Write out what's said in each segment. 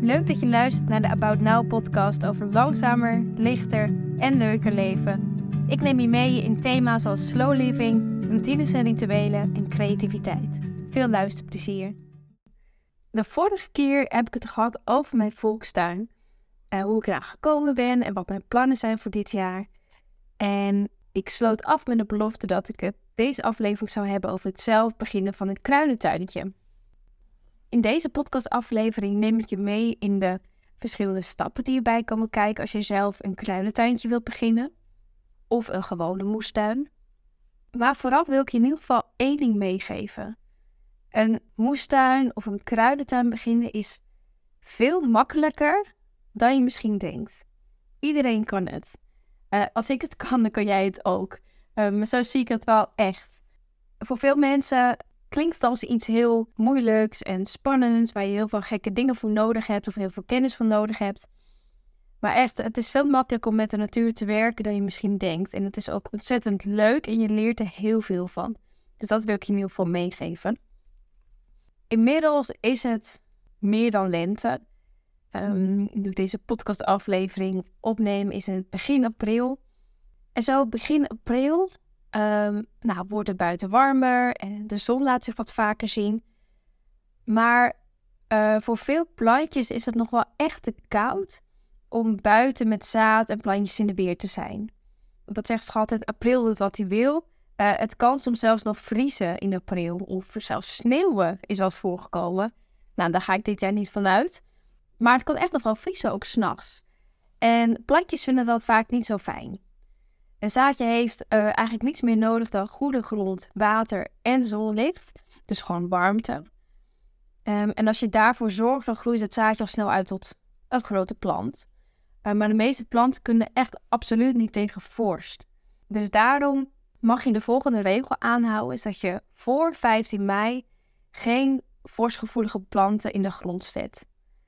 Leuk dat je luistert naar de About Now podcast over langzamer, lichter en leuker leven. Ik neem je mee in thema's als slow living, routines en rituelen en creativiteit. Veel luisterplezier. De vorige keer heb ik het gehad over mijn volkstuin. Hoe ik eraan gekomen ben en wat mijn plannen zijn voor dit jaar. En ik sloot af met de belofte dat ik het deze aflevering zou hebben over het zelf beginnen van een kruidentuintje. In deze podcastaflevering neem ik je mee in de verschillende stappen die erbij komen kijken als je zelf een kruidentuintje wilt beginnen. Of een gewone moestuin. Maar vooraf wil ik je in ieder geval één ding meegeven. Een moestuin of een kruidentuin beginnen is veel makkelijker dan je misschien denkt. Iedereen kan het. Als ik het kan, dan kan jij het ook. Maar zo zie ik het wel echt. Voor veel mensen klinkt het als iets heel moeilijks en spannends, waar je heel veel gekke dingen voor nodig hebt of heel veel kennis voor nodig hebt. Maar echt, het is veel makkelijker om met de natuur te werken dan je misschien denkt. En het is ook ontzettend leuk en je leert er heel veel van. Dus dat wil ik je in ieder geval meegeven. Inmiddels is het meer dan lente. Nu ik deze podcastaflevering opneem is het begin april. En zo begin april wordt het buiten warmer en de zon laat zich wat vaker zien. Maar voor veel plantjes is het nog wel echt te koud om buiten met zaad en plantjes in de weer te zijn. Dat zegt ze altijd, april doet wat hij wil. Het kan soms zelfs nog vriezen in april of zelfs sneeuwen is wat voorgekomen. Nou, daar ga ik dit jaar niet van uit. Maar het kan echt nog wel vriezen, ook 's nachts. En plantjes vinden dat vaak niet zo fijn. Een zaadje heeft eigenlijk niets meer nodig dan goede grond, water en zonlicht. Dus gewoon warmte. En als je daarvoor zorgt, dan groeit het zaadje al snel uit tot een grote plant. Maar de meeste planten kunnen echt absoluut niet tegen vorst. Dus daarom mag je de volgende regel aanhouden, is dat je voor 15 mei geen vorstgevoelige planten in de grond zet.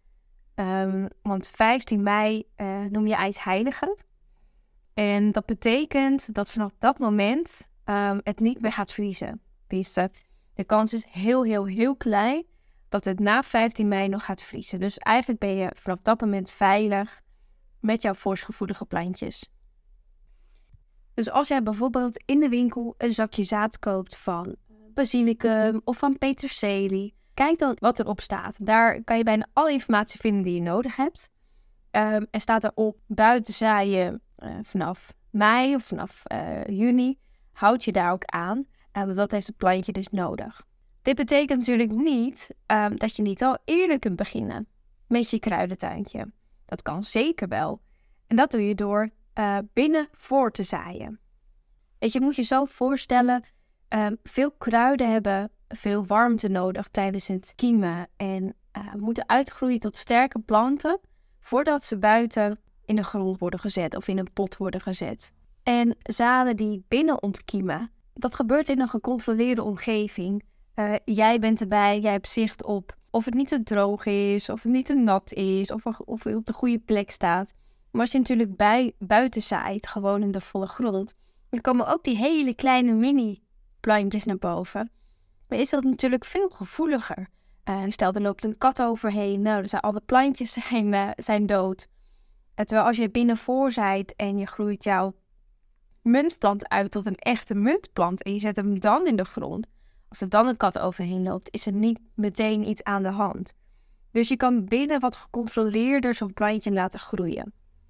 Want 15 mei noem je ijsheilige. En dat betekent dat vanaf dat moment het niet meer gaat vriezen. De kans is heel klein dat het na 15 mei nog gaat vriezen. Dus eigenlijk ben je vanaf dat moment veilig met jouw vorstgevoelige plantjes. Dus als jij bijvoorbeeld in de winkel een zakje zaad koopt van basilicum of van peterselie, kijk dan wat erop staat. Daar kan je bijna alle informatie vinden die je nodig hebt. Er staat erop buiten zaaien vanaf mei of vanaf juni. Houd je daar ook aan. Want dat heeft het plantje dus nodig. Dit betekent natuurlijk niet dat je niet al eerder kunt beginnen met je kruidentuintje. Dat kan zeker wel. En dat doe je door binnen voor te zaaien. Weet je, moet je zo voorstellen, veel kruiden hebben veel warmte nodig tijdens het kiemen en moeten uitgroeien tot sterke planten voordat ze buiten in de grond worden gezet of in een pot worden gezet. En zaden die binnen ontkiemen, dat gebeurt in een gecontroleerde omgeving. Jij bent erbij, jij hebt zicht op of het niet te droog is, of het niet te nat is, of het op de goede plek staat. Maar als je natuurlijk buiten zaait, gewoon in de volle grond, dan komen ook die hele kleine mini-plantjes naar boven. Maar is dat natuurlijk veel gevoeliger. Stel, er loopt een kat overheen, nou, dan zijn alle plantjes zijn dood. Terwijl als je binnen voorzaait en je groeit jouw muntplant uit tot een echte muntplant en je zet hem dan in de grond, als er dan een kat overheen loopt, is er niet meteen iets aan de hand. Dus je kan binnen wat gecontroleerder zo'n plantje laten groeien.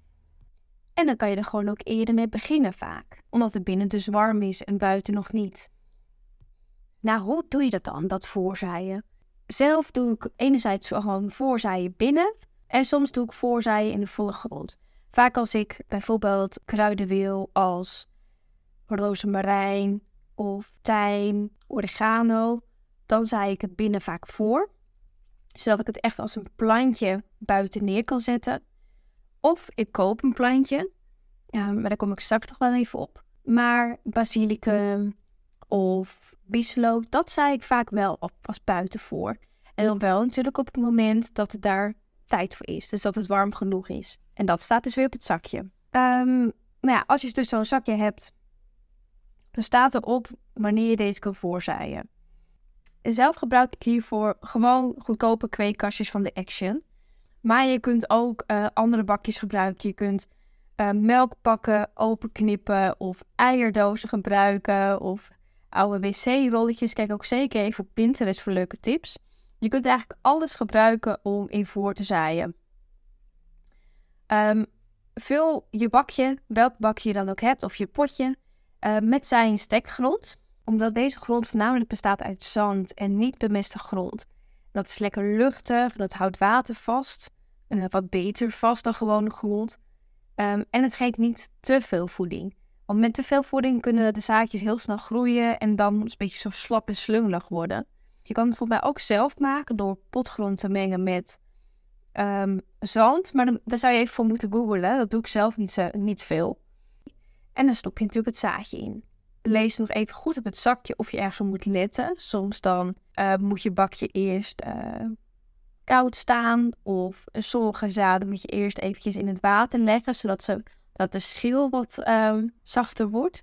En dan kan je er gewoon ook eerder mee beginnen vaak, omdat het binnen dus warm is en buiten nog niet. Nou, hoe doe je dat dan, dat voorzaaien? Zelf doe ik enerzijds gewoon voorzaaien binnen en soms doe ik voorzaaien in de volle grond. Vaak als ik bijvoorbeeld kruiden wil als rozemarijn of tijm, oregano, dan zaai ik het binnen vaak voor, zodat ik het echt als een plantje buiten neer kan zetten. Of ik koop een plantje, maar daar kom ik straks nog wel even op. Maar basilicum of bieslook, dat zaai ik vaak wel als buiten voor. En dan wel natuurlijk op het moment dat het daar tijd voor is. Dus dat het warm genoeg is. En dat staat dus weer op het zakje. Als je dus zo'n zakje hebt, dan staat erop wanneer je deze kan voorzaaien. En zelf gebruik ik hiervoor gewoon goedkope kweekkastjes van de Action. Maar je kunt ook andere bakjes gebruiken. Je kunt melkpakken openknippen of eierdozen gebruiken of oude wc-rolletjes. Kijk ook zeker even op Pinterest voor leuke tips. Je kunt eigenlijk alles gebruiken om in voor te zaaien. Vul je bakje, welk bakje je dan ook hebt, of je potje, met zaai- en stekgrond. Omdat deze grond voornamelijk bestaat uit zand en niet bemeste grond. Dat is lekker luchtig, dat houdt water vast. Wat beter vast dan gewone grond. En het geeft niet te veel voeding. Want met te veel voeding kunnen de zaadjes heel snel groeien en dan een beetje zo slap en slungelig worden. Je kan het volgens mij ook zelf maken door potgrond te mengen met zand. Maar daar zou je even voor moeten googlen. Dat doe ik zelf niet veel. En dan stop je natuurlijk het zaadje in. Lees nog even goed op het zakje of je ergens op moet letten. Soms dan moet je bakje eerst koud staan. Of sommige zaden moet je eerst eventjes in het water leggen. Zodat de schil wat zachter wordt.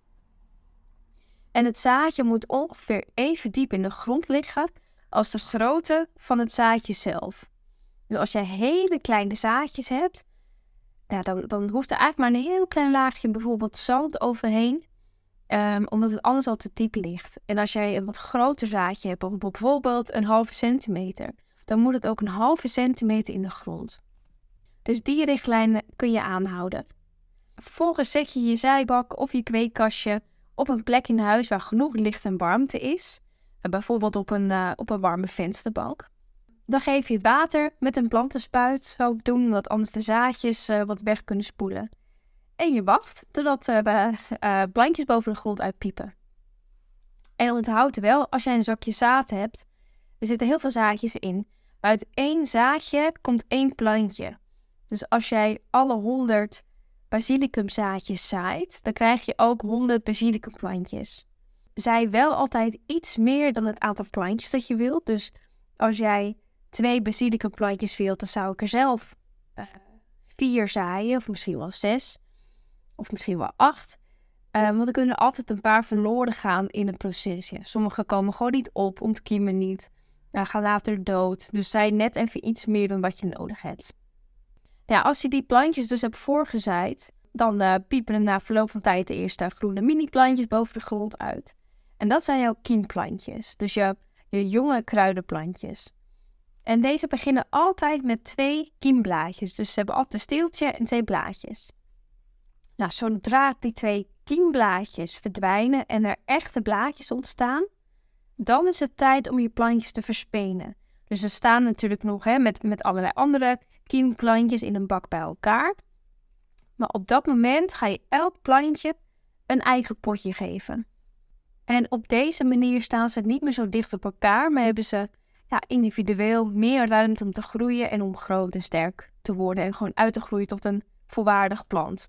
En het zaadje moet ongeveer even diep in de grond liggen als de grootte van het zaadje zelf. Dus als je hele kleine zaadjes hebt, dan hoeft er eigenlijk maar een heel klein laagje bijvoorbeeld zand overheen. Omdat het anders al te diep ligt. En als jij een wat groter zaadje hebt, bijvoorbeeld een halve centimeter, dan moet het ook een halve centimeter in de grond. Dus die richtlijnen kun je aanhouden. Vervolgens zet je je zijbak of je kweekkastje op een plek in huis waar genoeg licht en warmte is. Bijvoorbeeld op een warme vensterbank. Dan geef je het water met een plantenspuit. Zou ik doen, omdat anders de zaadjes wat weg kunnen spoelen. En je wacht totdat de plantjes boven de grond uitpiepen. En onthoud wel, als jij een zakje zaad hebt, er zitten heel veel zaadjes in. Maar uit 1 zaadje komt 1 plantje. Dus als jij alle 100 basilicumzaadjes zaait, dan krijg je ook 100 basilicumplantjes. Zaai wel altijd iets meer dan het aantal plantjes dat je wilt. Dus als jij 2 basilicumplantjes wilt, dan zou ik er zelf 4 zaaien, of misschien wel 6. Of misschien wel 8. Want er kunnen altijd een paar verloren gaan in het proces. Ja, sommige komen gewoon niet op, ontkiemen niet. Gaan later dood. Dus zaai net even iets meer dan wat je nodig hebt. Ja, als je die plantjes dus hebt voorgezaaid, dan piepen er na verloop van tijd de eerste groene mini-plantjes boven de grond uit. En dat zijn jouw kiemplantjes. Dus je jonge kruidenplantjes. En deze beginnen altijd met 2 kiemblaadjes. Dus ze hebben altijd een steeltje en 2 blaadjes. Nou, zodra die 2 kiemblaadjes verdwijnen en er echte blaadjes ontstaan, dan is het tijd om je plantjes te verspenen. Dus er staan natuurlijk nog met allerlei andere kiemplantjes in een bak bij elkaar. Maar op dat moment ga je elk plantje een eigen potje geven. En op deze manier staan ze niet meer zo dicht op elkaar, maar hebben ze individueel meer ruimte om te groeien en om groot en sterk te worden en gewoon uit te groeien tot een volwaardig plant.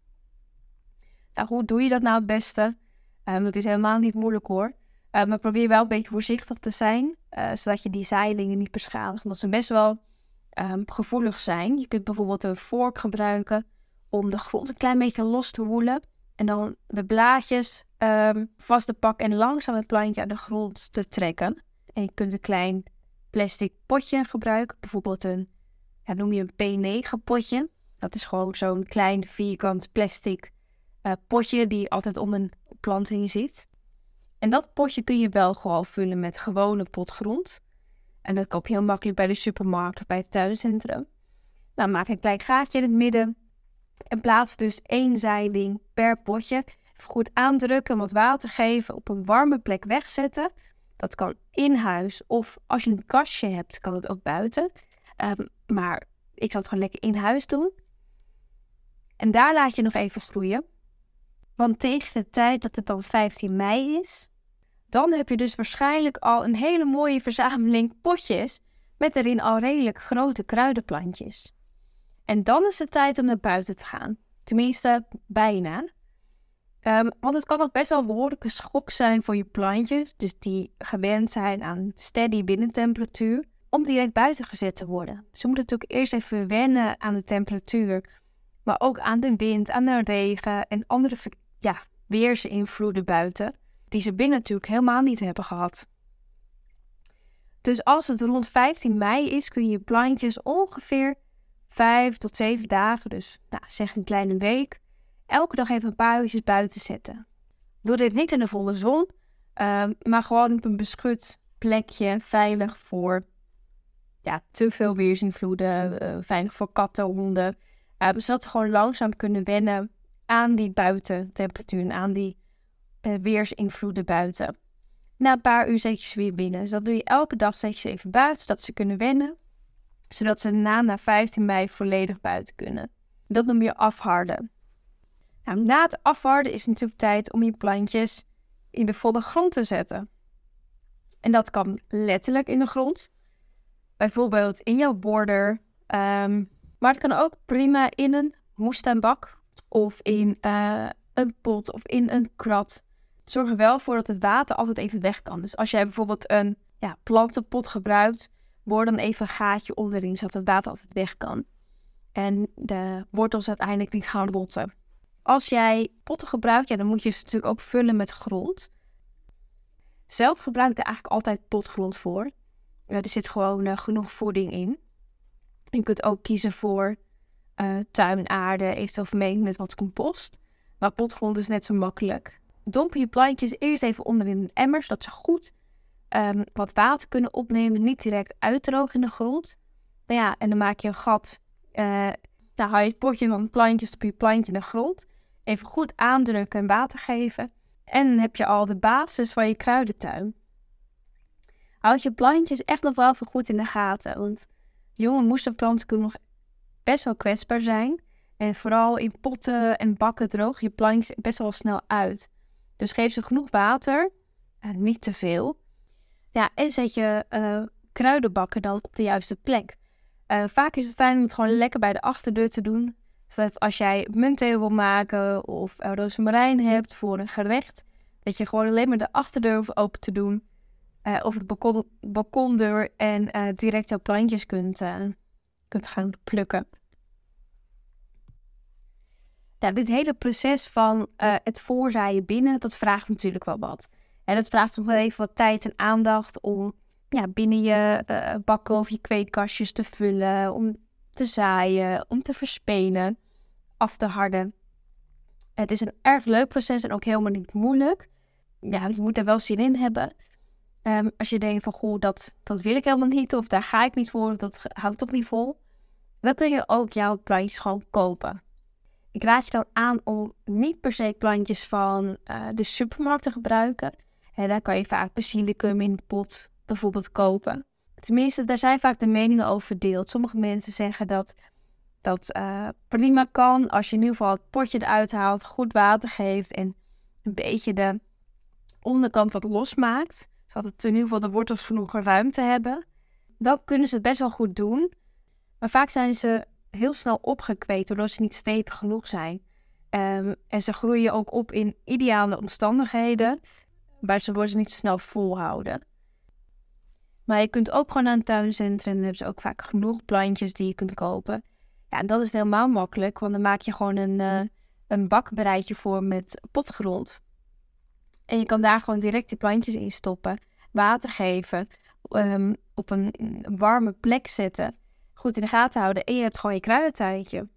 Nou, hoe doe je dat nou het beste? Dat is helemaal niet moeilijk hoor. Maar probeer wel een beetje voorzichtig te zijn, zodat je die zaailingen niet beschadigt, omdat ze best wel gevoelig zijn. Je kunt bijvoorbeeld een vork gebruiken om de grond een klein beetje los te woelen en dan de blaadjes vast te pakken en langzaam het plantje uit de grond te trekken. En je kunt een klein plastic potje gebruiken, bijvoorbeeld noem je een P9 potje. Dat is gewoon zo'n klein vierkant plastic potje die altijd om een plant heen zit. En dat potje kun je wel gewoon vullen met gewone potgrond. En dat koop je heel makkelijk bij de supermarkt of bij het tuincentrum. Nou, maak een klein gaatje in het midden. En plaats dus 1 zaailing per potje. Even goed aandrukken, wat water geven, op een warme plek wegzetten. Dat kan in huis of als je een kastje hebt, kan het ook buiten. Maar ik zal het gewoon lekker in huis doen. En daar laat je nog even groeien. Want tegen de tijd dat het dan 15 mei is, dan heb je dus waarschijnlijk al een hele mooie verzameling potjes met erin al redelijk grote kruidenplantjes. En dan is het tijd om naar buiten te gaan. Tenminste, bijna. Want het kan nog best wel een behoorlijke schok zijn voor je plantjes, dus die gewend zijn aan steady binnentemperatuur, om direct buiten gezet te worden. Ze moeten natuurlijk eerst even wennen aan de temperatuur, maar ook aan de wind, aan de regen en andere weersinvloeden buiten, die ze binnen natuurlijk helemaal niet hebben gehad. Dus als het rond 15 mei is, kun je je plantjes ongeveer 5 tot 7 dagen, dus zeg een kleine week, elke dag even een paar uurtjes buiten zetten. Doe dit niet in de volle zon, maar gewoon op een beschut plekje, veilig voor te veel weersinvloeden, veilig voor katten, honden. Zodat ze gewoon langzaam kunnen wennen aan die buitentemperatuur en aan die weersinvloeden buiten. Na een paar uur zet je ze weer binnen. Dus dat doe je elke dag, zet je ze even buiten, zodat ze kunnen wennen. Zodat ze na 15 mei volledig buiten kunnen. Dat noem je afharden. Nou, na het afharden is het natuurlijk tijd om je plantjes in de volle grond te zetten. En dat kan letterlijk in de grond. Bijvoorbeeld in jouw border. Maar het kan ook prima in een moestuinbak. Of in een pot of in een krat. Zorg er wel voor dat het water altijd even weg kan. Dus als jij bijvoorbeeld een plantenpot gebruikt, boor dan even een gaatje onderin, zodat het water altijd weg kan. En de wortels uiteindelijk niet gaan rotten. Als jij potten gebruikt, dan moet je ze natuurlijk ook vullen met grond. Zelf gebruik ik er eigenlijk altijd potgrond voor. Er zit gewoon genoeg voeding in. Je kunt ook kiezen voor tuinaarde, eventueel vermengd met wat compost. Maar potgrond is net zo makkelijk. Domp je plantjes eerst even onder in een emmer, zodat ze goed wat water kunnen opnemen. Niet direct uitdrogen in de grond. En dan maak je een gat. Dan haal je het potje van plantjes op je plantje in de grond. Even goed aandrukken en water geven. En dan heb je al de basis van je kruidentuin. Houd je plantjes echt nog wel even goed in de gaten. Want jonge moestuinplanten kunnen nog best wel kwetsbaar zijn. En vooral in potten en bakken droog je plantjes best wel snel uit. Dus geef ze genoeg water. Niet te veel. En zet je kruidenbakken dan op de juiste plek. Vaak is het fijn om het gewoon lekker bij de achterdeur te doen. Zodat als jij muntthee wil maken of rozemarijn hebt voor een gerecht, dat je gewoon alleen maar de achterdeur hoeft open te doen. Of het balkondeur en direct jouw plantjes kunt gaan plukken. Dit hele proces van het voorzaaien binnen, dat vraagt natuurlijk wel wat. En dat vraagt nog wel even wat tijd en aandacht om binnen je bakken of je kweekkastjes te vullen, om te zaaien, om te verspenen, af te harden. Het is een erg leuk proces en ook helemaal niet moeilijk. Je moet er wel zin in hebben. Als je denkt van, dat wil ik helemaal niet, of daar ga ik niet voor, of dat hou ik toch niet vol, dan kun je ook jouw plantjes gewoon kopen. Ik raad je dan aan om niet per se plantjes van de supermarkt te gebruiken. En daar kan je vaak basilicum in de pot bijvoorbeeld kopen. Tenminste, daar zijn vaak de meningen over verdeeld. Sommige mensen zeggen dat prima kan als je in ieder geval het potje eruit haalt, goed water geeft en een beetje de onderkant wat losmaakt. Zodat in ieder geval de wortels genoeg ruimte hebben. Dan kunnen ze het best wel goed doen. Maar vaak zijn ze heel snel opgekweekt doordat ze niet stevig genoeg zijn. En ze groeien ook op in ideale omstandigheden, maar ze worden niet zo snel volhouden. Maar je kunt ook gewoon naar een tuincentrum, dan hebben ze ook vaak genoeg plantjes die je kunt kopen. En dat is helemaal makkelijk, want dan maak je gewoon een bakbereidje voor met potgrond. En je kan daar gewoon direct die plantjes in stoppen, water geven, op een warme plek zetten, goed in de gaten houden en je hebt gewoon je kruidentuintje.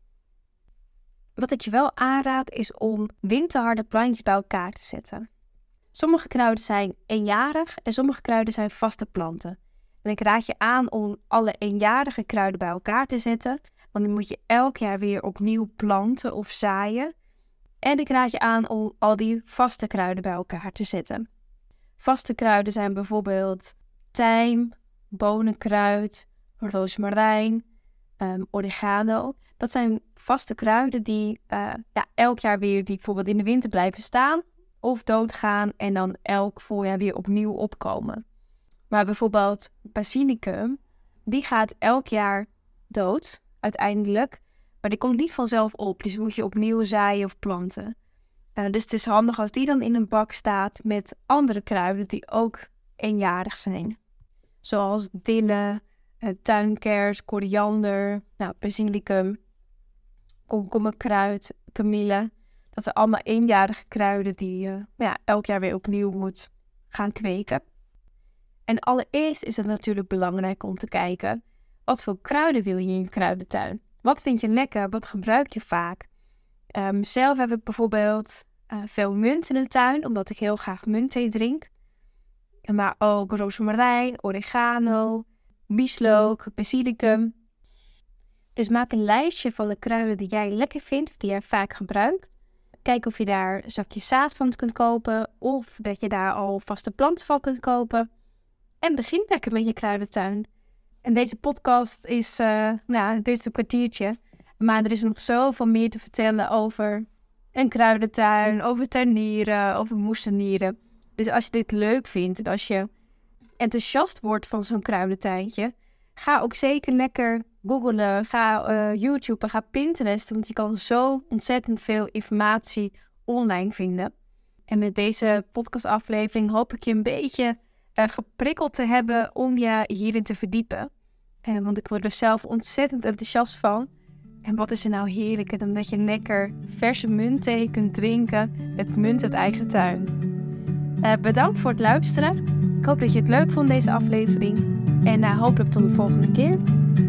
Wat ik je wel aanraad is om winterharde plantjes bij elkaar te zetten. Sommige kruiden zijn eenjarig en sommige kruiden zijn vaste planten. En ik raad je aan om alle eenjarige kruiden bij elkaar te zetten, want die moet je elk jaar weer opnieuw planten of zaaien. En ik raad je aan om al die vaste kruiden bij elkaar te zetten. Vaste kruiden zijn bijvoorbeeld tijm, bonenkruid, rozemarijn, oregano. Dat zijn vaste kruiden die elk jaar weer die bijvoorbeeld in de winter blijven staan of doodgaan en dan elk voorjaar weer opnieuw opkomen. Maar bijvoorbeeld basilicum, die gaat elk jaar dood uiteindelijk, maar die komt niet vanzelf op. Dus moet je opnieuw zaaien of planten. Dus het is handig als die dan in een bak staat met andere kruiden die ook eenjarig zijn. Zoals dille, tuinkers, koriander, basilicum, komkommerkruid, kamille. Dat zijn allemaal eenjarige kruiden die je elk jaar weer opnieuw moet gaan kweken. En allereerst is het natuurlijk belangrijk om te kijken, wat voor kruiden wil je in je kruidentuin? Wat vind je lekker? Wat gebruik je vaak? Zelf heb ik bijvoorbeeld veel munt in de tuin, omdat ik heel graag muntthee drink. Maar ook rozemarijn, oregano, bieslook, basilicum. Dus maak een lijstje van de kruiden die jij lekker vindt, die jij vaak gebruikt. Kijk of je daar zakjes zaad van kunt kopen of dat je daar al vaste planten van kunt kopen. En begin lekker met je kruidentuin. En deze podcast is, dit is een kwartiertje. Maar er is nog zoveel meer te vertellen over een kruidentuin, over tuinieren, over moestuinieren. Dus als je dit leuk vindt en als je enthousiast wordt van zo'n kruidentuintje, ga ook zeker lekker googlen, ga YouTuben, ga Pinterest, want je kan zo ontzettend veel informatie online vinden. En met deze podcastaflevering hoop ik je een beetje geprikkeld te hebben om je hierin te verdiepen. Want ik word er zelf ontzettend enthousiast van. En wat is er nou heerlijker dan dat je lekker verse muntthee kunt drinken met munt uit eigen tuin. Bedankt voor het luisteren. Ik hoop dat je het leuk vond deze aflevering. En hopelijk tot de volgende keer.